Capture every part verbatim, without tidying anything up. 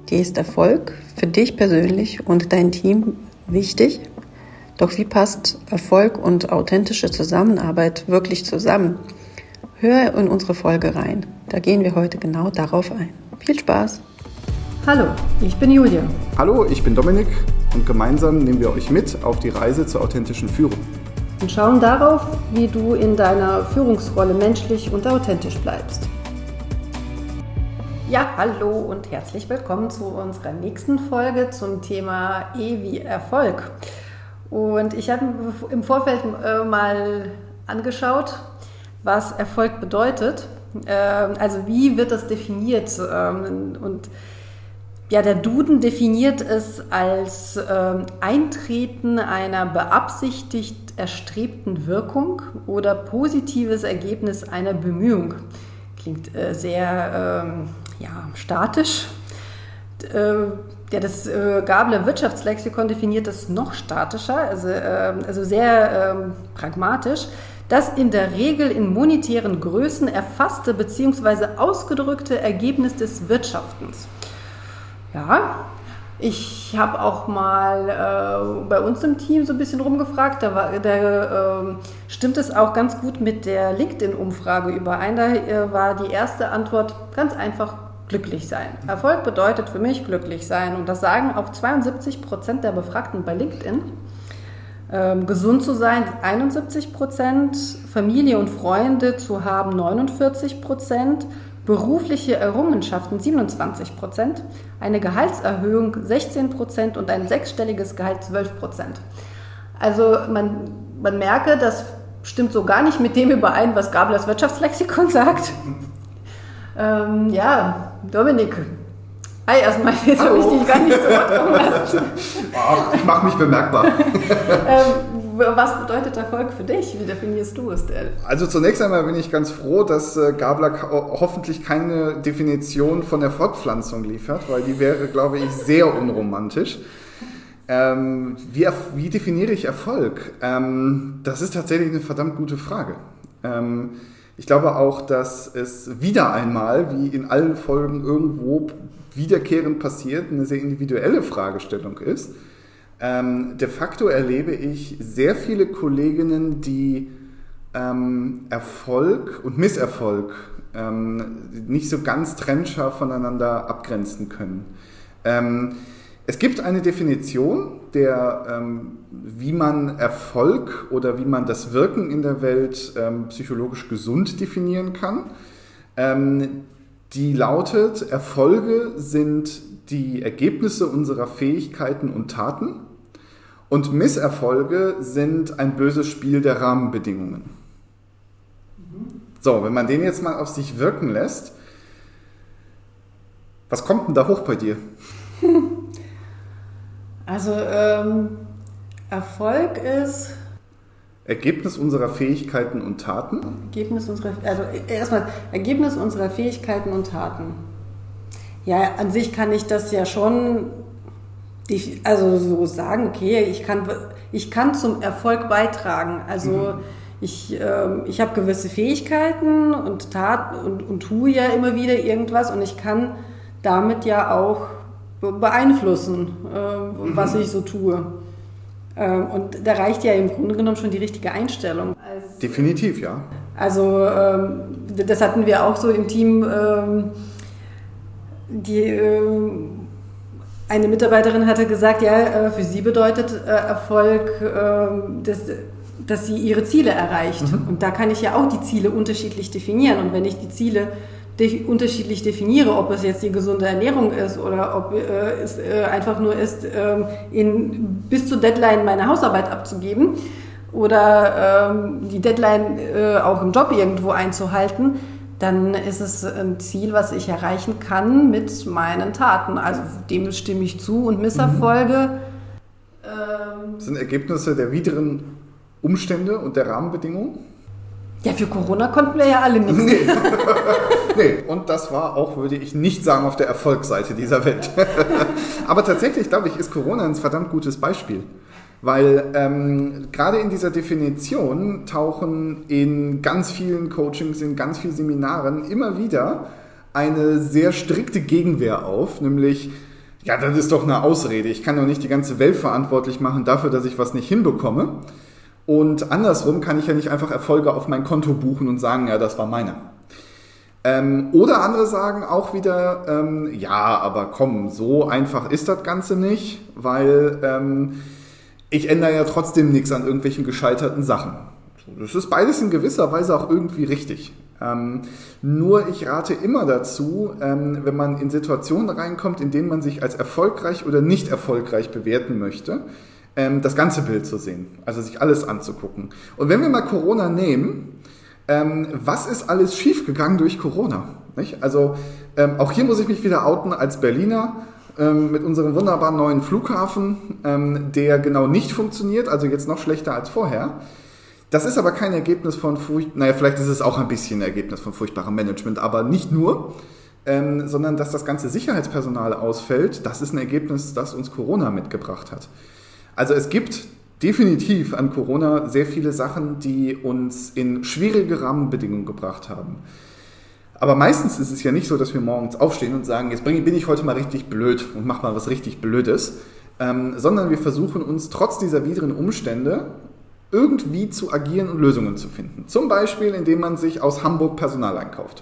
Dir ist Erfolg für dich persönlich und dein Team wichtig? Doch wie passt Erfolg und authentische Zusammenarbeit wirklich zusammen? Hör in unsere Folge rein. Da gehen wir heute genau darauf ein. Viel Spaß! Hallo, ich bin Julia. Hallo, ich bin Dominik und gemeinsam nehmen wir euch mit auf die Reise zur authentischen Führung. Und schauen darauf, wie du in deiner Führungsrolle menschlich und authentisch bleibst. Ja, hallo und herzlich willkommen zu unserer nächsten Folge zum Thema E wie Erfolg. Und ich habe im Vorfeld äh, mal angeschaut, was Erfolg bedeutet. Äh, also wie wird das definiert? Ähm, und ja, der Duden definiert es als äh, Eintreten einer beabsichtigt erstrebten Wirkung oder positives Ergebnis einer Bemühung. Klingt äh, sehr ähm, ja, statisch. Äh, ja, das äh, Gabler Wirtschaftslexikon definiert das noch statischer, also, äh, also sehr äh, pragmatisch. Das in der Regel in monetären Größen erfasste bzw. ausgedrückte Ergebnis des Wirtschaftens. Ja, ich habe auch mal äh, bei uns im Team so ein bisschen rumgefragt, da, war, da äh, stimmt es auch ganz gut mit der LinkedIn-Umfrage überein. Da äh, war die erste Antwort ganz einfach: glücklich sein. Erfolg bedeutet für mich glücklich sein, und das sagen auch zweiundsiebzig Prozent der Befragten bei LinkedIn. Ähm, gesund zu sein, einundsiebzig Prozent, Familie und Freunde zu haben, neunundvierzig Prozent, berufliche Errungenschaften, siebenundzwanzig Prozent, eine Gehaltserhöhung, sechzehn Prozent und ein sechsstelliges Gehalt, zwölf Prozent. Also man, man merke, das stimmt so gar nicht mit dem überein, was Gablers Wirtschaftslexikon sagt. ähm, ja, Dominik. Hi, erstmal, jetzt habe ich dich gar nicht zu Wort kommen lassen. Ach, ich mache mich bemerkbar. ähm, was bedeutet Erfolg für dich? Wie definierst du es denn? Also zunächst einmal bin ich ganz froh, dass äh, Gabler ho- hoffentlich keine Definition von der Fortpflanzung liefert, weil die wäre, glaube ich, sehr unromantisch. Ähm, wie, wie definiere ich Erfolg? Ähm, das ist tatsächlich eine verdammt gute Frage. Ähm, ich glaube auch, dass es wieder einmal, wie in allen Folgen irgendwo wiederkehrend passiert, eine sehr individuelle Fragestellung ist. Ähm, de facto erlebe ich sehr viele Kolleginnen, die ähm, Erfolg und Misserfolg ähm, nicht so ganz trennscharf voneinander abgrenzen können. Ähm, es gibt eine Definition, der, ähm, wie man Erfolg oder wie man das Wirken in der Welt ähm, psychologisch gesund definieren kann. Ähm, Die lautet: Erfolge sind die Ergebnisse unserer Fähigkeiten und Taten und Misserfolge sind ein böses Spiel der Rahmenbedingungen. Mhm. So, wenn man den jetzt mal auf sich wirken lässt, was kommt denn da hoch bei dir? Also ähm, Erfolg ist Ergebnis unserer Fähigkeiten und Taten? Ergebnis unserer, also erstmal Ergebnis unserer Fähigkeiten und Taten. Ja, an sich kann ich das ja schon, also so sagen, okay, ich kann, ich kann zum Erfolg beitragen. Also mhm. ich, ähm, ich habe gewisse Fähigkeiten und Taten und, und tue ja immer wieder irgendwas, und ich kann damit ja auch beeinflussen, äh, mhm. was ich so tue. Und da reicht ja im Grunde genommen schon die richtige Einstellung. Also, definitiv, ja. Also das hatten wir auch so im Team. Die, eine Mitarbeiterin hatte gesagt, ja, für sie bedeutet Erfolg, dass, dass sie ihre Ziele erreicht. Mhm. Und da kann ich ja auch die Ziele unterschiedlich definieren. Und wenn ich die Ziele de- unterschiedlich definiere, ob es jetzt die gesunde Ernährung ist oder ob äh, es äh, einfach nur ist, äh, in, bis zur Deadline meine Hausarbeit abzugeben oder äh, die Deadline äh, auch im Job irgendwo einzuhalten, dann ist es ein Ziel, was ich erreichen kann mit meinen Taten. Also dem stimme ich zu, und Misserfolge mhm. ähm, das sind Ergebnisse der widrigen Umstände und der Rahmenbedingungen? Ja, für Corona konnten wir ja alle nichts. Nee. nee, und das war auch, würde ich nicht sagen, auf der Erfolgsseite dieser Welt. Aber tatsächlich, glaube ich, ist Corona ein verdammt gutes Beispiel. Weil ähm, gerade in dieser Definition tauchen in ganz vielen Coachings, in ganz vielen Seminaren immer wieder eine sehr strikte Gegenwehr auf, nämlich ja, das ist doch eine Ausrede. Ich kann doch nicht die ganze Welt verantwortlich machen dafür, dass ich was nicht hinbekomme. Und andersrum kann ich ja nicht einfach Erfolge auf mein Konto buchen und sagen, ja, das war meine. Ähm, oder andere sagen auch wieder, ähm, ja, aber komm, so einfach ist das Ganze nicht, weil ähm, ich ändere ja trotzdem nichts an irgendwelchen gescheiterten Sachen. Das ist beides in gewisser Weise auch irgendwie richtig. Ähm, nur ich rate immer dazu, ähm, wenn man in Situationen reinkommt, in denen man sich als erfolgreich oder nicht erfolgreich bewerten möchte, ähm, das ganze Bild zu sehen, also sich alles anzugucken. Und wenn wir mal Corona nehmen, ähm, was ist alles schiefgegangen durch Corona? Nicht? Also ähm, auch hier muss ich mich wieder outen als Berliner ähm, mit unserem wunderbaren neuen Flughafen, ähm, der genau nicht funktioniert, also jetzt noch schlechter als vorher. Das ist aber kein Ergebnis von furcht, naja, vielleicht ist es auch ein bisschen ein Ergebnis von furchtbarem Management, aber nicht nur, ähm, sondern dass das ganze Sicherheitspersonal ausfällt, das ist ein Ergebnis, das uns Corona mitgebracht hat. Also es gibt definitiv an Corona sehr viele Sachen, die uns in schwierige Rahmenbedingungen gebracht haben. Aber meistens ist es ja nicht so, dass wir morgens aufstehen und sagen, jetzt bin ich heute mal richtig blöd und mach mal was richtig Blödes, ähm, sondern wir versuchen uns trotz dieser widrigen Umstände irgendwie zu agieren und Lösungen zu finden. Zum Beispiel, indem man sich aus Hamburg Personal einkauft.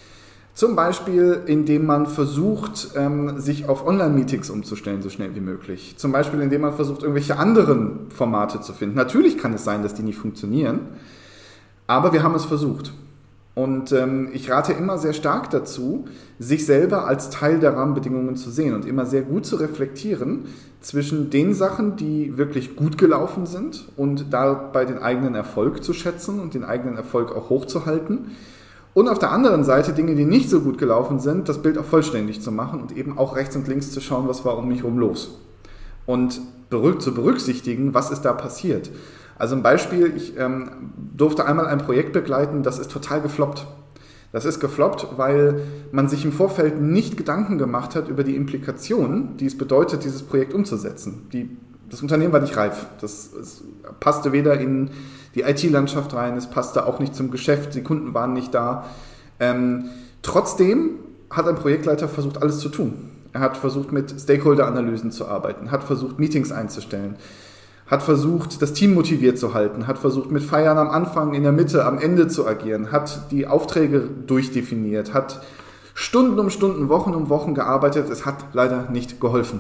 Zum Beispiel, indem man versucht, sich auf Online-Meetings umzustellen, so schnell wie möglich. Zum Beispiel, indem man versucht, irgendwelche anderen Formate zu finden. Natürlich kann es sein, dass die nicht funktionieren, aber wir haben es versucht. Und ähm, ich rate immer sehr stark dazu, sich selber als Teil der Rahmenbedingungen zu sehen und immer sehr gut zu reflektieren zwischen den Sachen, die wirklich gut gelaufen sind und dabei den eigenen Erfolg zu schätzen und den eigenen Erfolg auch hochzuhalten. Und auf der anderen Seite Dinge, die nicht so gut gelaufen sind, das Bild auch vollständig zu machen und eben auch rechts und links zu schauen, was war um mich herum los. Und zu berücksichtigen, was ist da passiert. Also ein Beispiel, ich ähm, durfte einmal ein Projekt begleiten, das ist total gefloppt. Das ist gefloppt, weil man sich im Vorfeld nicht Gedanken gemacht hat über die Implikationen, die es bedeutet, dieses Projekt umzusetzen. Die, das Unternehmen war nicht reif. Das, das passte weder in die I T-Landschaft rein, es passte auch nicht zum Geschäft, die Kunden waren nicht da. Ähm, trotzdem hat ein Projektleiter versucht, alles zu tun. Er hat versucht, mit Stakeholder-Analysen zu arbeiten, hat versucht, Meetings einzustellen, hat versucht, das Team motiviert zu halten, hat versucht, mit Feiern am Anfang, in der Mitte, am Ende zu agieren, hat die Aufträge durchdefiniert, hat Stunden um Stunden, Wochen um Wochen gearbeitet. Es hat leider nicht geholfen.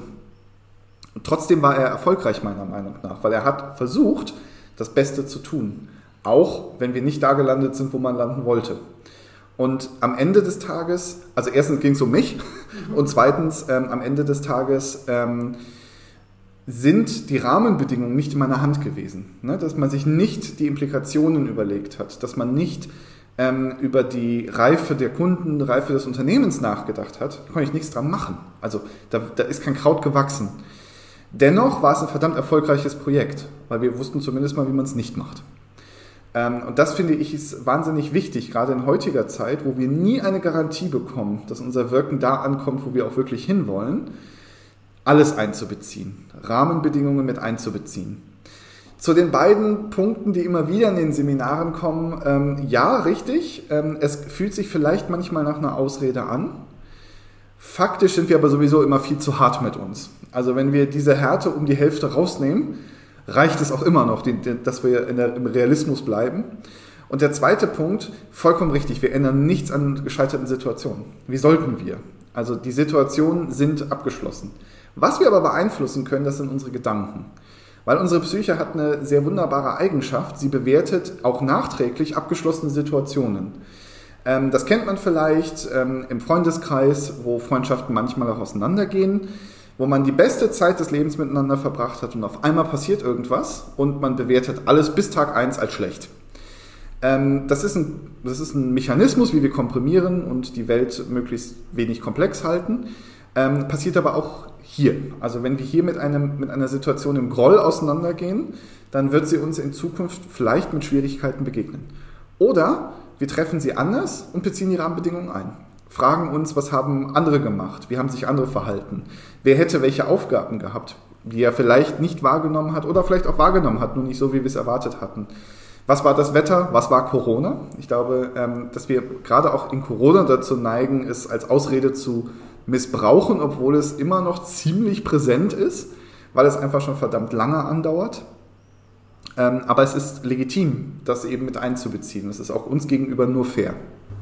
Und trotzdem war er erfolgreich, meiner Meinung nach, weil er hat versucht, das Beste zu tun. Auch wenn wir nicht da gelandet sind, wo man landen wollte. Und am Ende des Tages, also erstens ging es um mich und zweitens ähm, am Ende des Tages ähm, sind die Rahmenbedingungen nicht in meiner Hand gewesen. Ne? Dass man sich nicht die Implikationen überlegt hat, dass man nicht ähm, über die Reife der Kunden, die Reife des Unternehmens nachgedacht hat, da konnte ich nichts dran machen. Also da, da ist kein Kraut gewachsen. Dennoch war es ein verdammt erfolgreiches Projekt, weil wir wussten zumindest mal, wie man es nicht macht. Ähm, und das finde ich ist wahnsinnig wichtig, gerade in heutiger Zeit, wo wir nie eine Garantie bekommen, dass unser Wirken da ankommt, wo wir auch wirklich hinwollen, alles einzubeziehen, Rahmenbedingungen mit einzubeziehen. Zu den beiden Punkten, die immer wieder in den Seminaren kommen, ähm, ja, richtig, ähm, es fühlt sich vielleicht manchmal nach einer Ausrede an. Faktisch sind wir aber sowieso immer viel zu hart mit uns. Also wenn wir diese Härte um die Hälfte rausnehmen, reicht es auch immer noch, dass wir in der, im Realismus bleiben. Und der zweite Punkt, vollkommen richtig, wir ändern nichts an gescheiterten Situationen. Wie sollten wir? Also die Situationen sind abgeschlossen. Was wir aber beeinflussen können, das sind unsere Gedanken. Weil unsere Psyche hat eine sehr wunderbare Eigenschaft, sie bewertet auch nachträglich abgeschlossene Situationen. Ähm, das kennt man vielleicht ähm, im Freundeskreis, wo Freundschaften manchmal auch auseinandergehen, wo man die beste Zeit des Lebens miteinander verbracht hat und auf einmal passiert irgendwas und man bewertet alles bis Tag eins als schlecht. Ähm, das ist ein, das ist ein Mechanismus, wie wir komprimieren und die Welt möglichst wenig komplex halten. Ähm, passiert aber auch hier. Also wenn wir hier mit, einem, mit einer Situation im Groll auseinandergehen, dann wird sie uns in Zukunft vielleicht mit Schwierigkeiten begegnen. Oder wir treffen sie anders und beziehen die Rahmenbedingungen ein. Fragen uns, was haben andere gemacht? Wie haben sich andere verhalten? Wer hätte welche Aufgaben gehabt, die er vielleicht nicht wahrgenommen hat oder vielleicht auch wahrgenommen hat, nur nicht so, wie wir es erwartet hatten. Was war das Wetter? Was war Corona? Ich glaube, dass wir gerade auch in Corona dazu neigen, es als Ausrede zu missbrauchen, obwohl es immer noch ziemlich präsent ist, weil es einfach schon verdammt lange andauert. Ähm, aber es ist legitim, das eben mit einzubeziehen. Das ist auch uns gegenüber nur fair.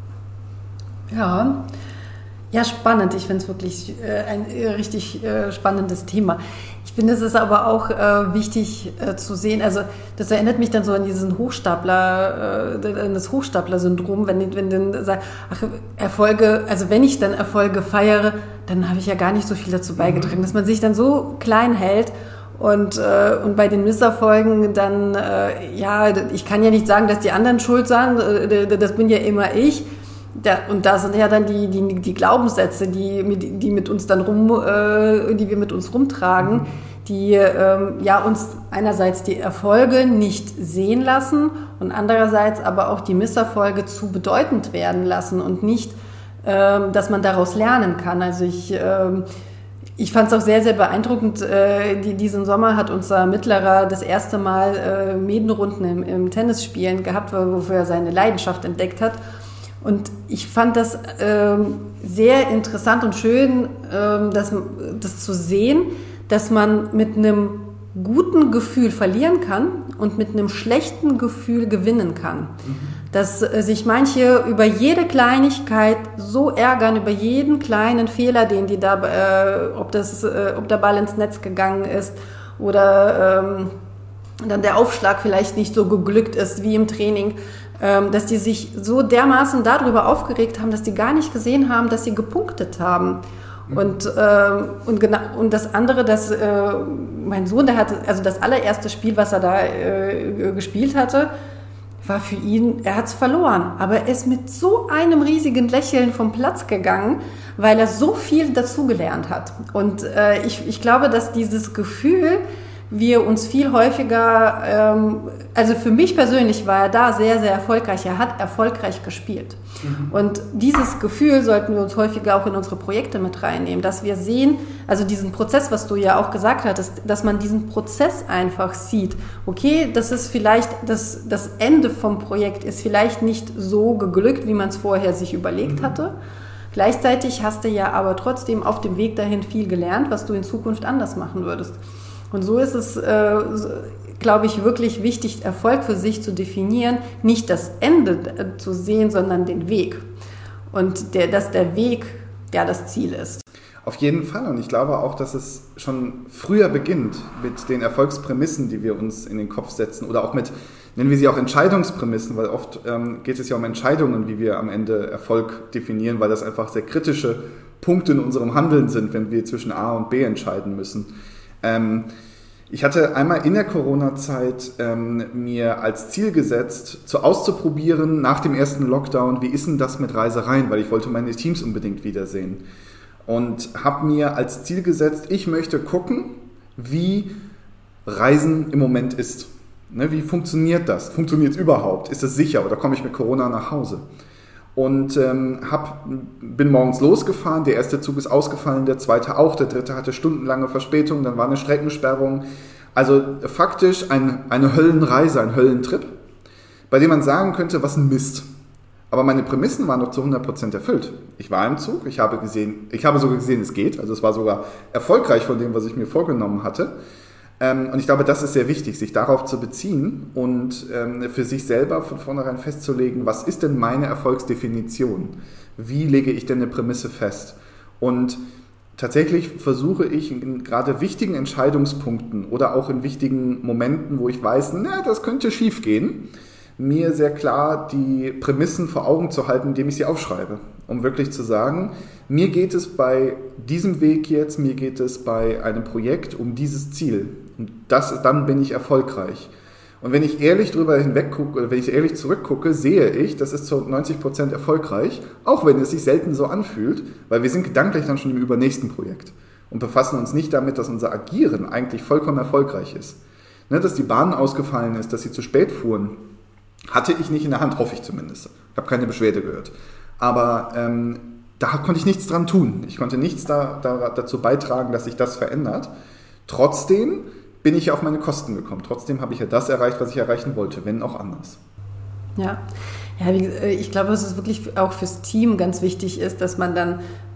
Ja, ja, spannend. Ich finde es wirklich äh, ein äh, richtig äh, spannendes Thema. Ich finde, es ist aber auch äh, wichtig äh, zu sehen, also das erinnert mich dann so an diesen Hochstapler, äh, an das Hochstapler-Syndrom, wenn, wenn dann sagt, ach, Erfolge, also wenn ich dann Erfolge feiere, dann habe ich ja gar nicht so viel dazu beigetragen, mhm. dass man sich dann so klein hält. Und, äh, und bei den Misserfolgen dann, äh, ja, ich kann ja nicht sagen, dass die anderen schuld sind, äh, das bin ja immer ich. Da, und da sind ja dann die, die, die Glaubenssätze, die, die mit uns dann rum, äh, die wir mit uns rumtragen, die ähm, ja uns einerseits die Erfolge nicht sehen lassen und andererseits aber auch die Misserfolge zu bedeutend werden lassen und nicht, ähm, dass man daraus lernen kann. Also ich, ähm, ich fand es auch sehr, sehr beeindruckend. Äh, die, diesen Sommer hat unser Mittlerer das erste Mal äh, Medenrunden im, im Tennisspielen gehabt, wofür er seine Leidenschaft entdeckt hat. Und ich fand das ähm, sehr interessant und schön, ähm, das, das zu sehen, dass man mit einem guten Gefühl verlieren kann und mit einem schlechten Gefühl gewinnen kann. Mhm. Dass äh, sich manche über jede Kleinigkeit so ärgern, über jeden kleinen Fehler, den die da, äh, ob, das, äh, ob der Ball ins Netz gegangen ist oder ähm, dann der Aufschlag vielleicht nicht so geglückt ist wie im Training, dass die sich so dermaßen darüber aufgeregt haben, dass die gar nicht gesehen haben, dass sie gepunktet haben. Und, äh, und, genau, und das andere, dass äh, mein Sohn, der hatte, also das allererste Spiel, was er da äh, gespielt hatte, war für ihn, er hat es verloren. Aber er ist mit so einem riesigen Lächeln vom Platz gegangen, weil er so viel dazugelernt hat. Und äh, ich, ich glaube, dass dieses Gefühl, wir uns viel häufiger, ähm, also für mich persönlich war er da sehr, sehr erfolgreich. Er hat erfolgreich gespielt. Mhm. Und dieses Gefühl sollten wir uns häufiger auch in unsere Projekte mit reinnehmen, dass wir sehen, also diesen Prozess, was du ja auch gesagt hattest, dass man diesen Prozess einfach sieht. Okay, das ist vielleicht, das, das Ende vom Projekt ist vielleicht nicht so geglückt, wie man es vorher sich überlegt mhm. hatte. Gleichzeitig hast du ja aber trotzdem auf dem Weg dahin viel gelernt, was du in Zukunft anders machen würdest. Und so ist es, äh, glaube ich, wirklich wichtig, Erfolg für sich zu definieren, nicht das Ende äh, zu sehen, sondern den Weg. Und der, dass der Weg ja das Ziel ist. Auf jeden Fall. Und ich glaube auch, dass es schon früher beginnt mit den Erfolgsprämissen, die wir uns in den Kopf setzen oder auch mit, nennen wir sie auch Entscheidungsprämissen, weil oft ähm, geht es ja um Entscheidungen, wie wir am Ende Erfolg definieren, weil das einfach sehr kritische Punkte in unserem Handeln sind, wenn wir zwischen A und B entscheiden müssen. Ähm, ich hatte einmal in der Corona-Zeit ähm, mir als Ziel gesetzt, zu auszuprobieren nach dem ersten Lockdown, wie ist denn das mit Reisereien, weil ich wollte meine Teams unbedingt wiedersehen. Und habe mir als Ziel gesetzt, ich möchte gucken, wie Reisen im Moment ist. Ne, wie funktioniert das? Funktioniert es überhaupt? Ist es sicher oder komme ich mit Corona nach Hause? Und ähm, hab, bin morgens losgefahren, der erste Zug ist ausgefallen, der zweite auch, der dritte hatte stundenlange Verspätung, dann war eine Streckensperrung. Also faktisch ein, eine Höllenreise, ein Höllentrip, bei dem man sagen könnte, was ein Mist. Aber meine Prämissen waren noch zu hundert Prozent erfüllt. Ich war im Zug, ich habe gesehen, ich habe sogar gesehen, es geht, also es war sogar erfolgreich von dem, was ich mir vorgenommen hatte. Und ich glaube, das ist sehr wichtig, sich darauf zu beziehen und für sich selber von vornherein festzulegen, was ist denn meine Erfolgsdefinition? Wie lege ich denn eine Prämisse fest? Und tatsächlich versuche ich in gerade wichtigen Entscheidungspunkten oder auch in wichtigen Momenten, wo ich weiß, na, das könnte schief gehen, mir sehr klar die Prämissen vor Augen zu halten, indem ich sie aufschreibe, um wirklich zu sagen, mir geht es bei diesem Weg jetzt, mir geht es bei einem Projekt um dieses Ziel. Und das, dann bin ich erfolgreich. Und wenn ich ehrlich drüber hinweg gucke, oder wenn ich ehrlich zurückgucke, sehe ich, das ist zu neunzig Prozent erfolgreich, auch wenn es sich selten so anfühlt, weil wir sind gedanklich dann schon im übernächsten Projekt und befassen uns nicht damit, dass unser Agieren eigentlich vollkommen erfolgreich ist. Ne, dass die Bahn ausgefallen ist, dass sie zu spät fuhren, hatte ich nicht in der Hand, hoffe ich zumindest. Ich habe keine Beschwerde gehört. Aber ähm, da konnte ich nichts dran tun. Ich konnte nichts da, da, dazu beitragen, dass sich das verändert. Trotzdem bin ich auf meine Kosten gekommen. Trotzdem habe ich ja das erreicht, was ich erreichen wollte, wenn auch anders. Ja, ja, ich glaube, dass es wirklich auch fürs Team ganz wichtig ist, dass man dann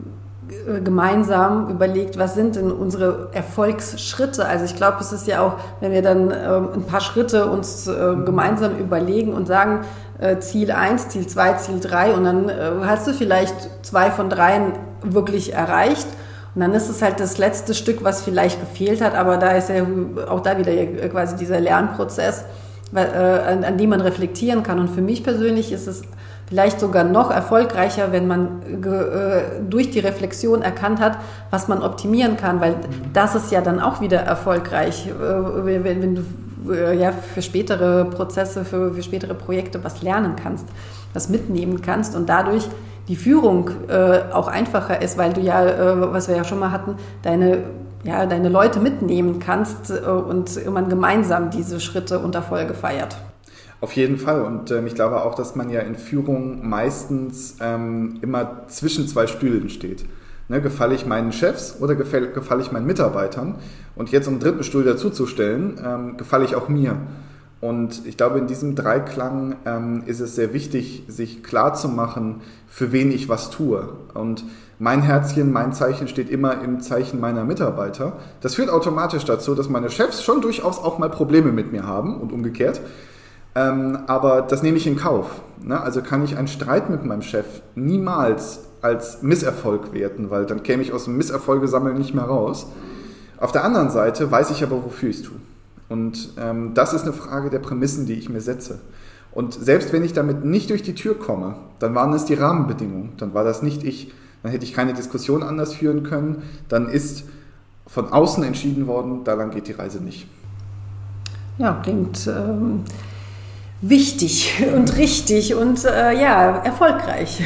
gemeinsam überlegt, was sind denn unsere Erfolgsschritte. Also ich glaube, es ist ja auch, wenn wir dann ähm, ein paar Schritte uns äh, gemeinsam überlegen und sagen, äh, Ziel eins, Ziel zwei, Ziel drei und dann äh, hast du vielleicht zwei von dreien wirklich erreicht. Und dann ist es halt das letzte Stück, was vielleicht gefehlt hat, aber da ist ja auch da wieder quasi dieser Lernprozess, an, an dem man reflektieren kann. Und für mich persönlich ist es vielleicht sogar noch erfolgreicher, wenn man äh, durch die Reflexion erkannt hat, was man optimieren kann, weil das ist ja dann auch wieder erfolgreich, äh, wenn, wenn du äh, ja, für spätere Prozesse, für, für spätere Projekte was lernen kannst, was mitnehmen kannst und dadurch die Führung äh, auch einfacher ist, weil du ja, äh, was wir ja schon mal hatten, deine, ja, deine Leute mitnehmen kannst äh, und man gemeinsam diese Schritte und Erfolge feiert. Auf jeden Fall und ähm, ich glaube auch, dass man ja in Führung meistens ähm, immer zwischen zwei Stühlen steht. Ne, gefalle ich meinen Chefs oder gefalle, gefalle ich meinen Mitarbeitern? Und jetzt um einen dritten Stuhl dazuzustellen, ähm, gefalle ich auch mir. Und ich glaube, in diesem Dreiklang ähm, ist es sehr wichtig, sich klarzumachen, für wen ich was tue. Und mein Herzchen, mein Zeichen steht immer im Zeichen meiner Mitarbeiter. Das führt automatisch dazu, dass meine Chefs schon durchaus auch mal Probleme mit mir haben und umgekehrt. Ähm, aber das nehme ich in Kauf. Ne? Also kann ich einen Streit mit meinem Chef niemals als Misserfolg werten, weil dann käme ich aus dem Misserfolgesammeln nicht mehr raus. Auf der anderen Seite weiß ich aber, wofür ich es tue. Und ähm, das ist eine Frage der Prämissen, die ich mir setze. Und selbst wenn ich damit nicht durch die Tür komme, dann waren es die Rahmenbedingungen. Dann war das nicht ich. Dann hätte ich keine Diskussion anders führen können. Dann ist von außen entschieden worden, da lang geht die Reise nicht. Ja, klingt ähm, wichtig und richtig und äh, ja, erfolgreich.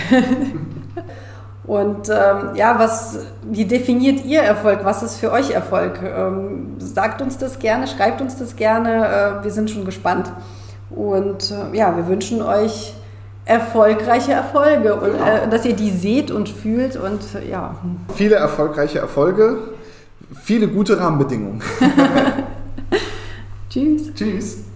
Und ähm, ja, was, wie definiert ihr Erfolg? Was ist für euch Erfolg? Ähm, sagt uns das gerne, schreibt uns das gerne. Äh, wir sind schon gespannt. Und äh, ja, wir wünschen euch erfolgreiche Erfolge und äh, dass ihr die seht und fühlt und äh, ja. Viele erfolgreiche Erfolge, viele gute Rahmenbedingungen. Tschüss. Tschüss.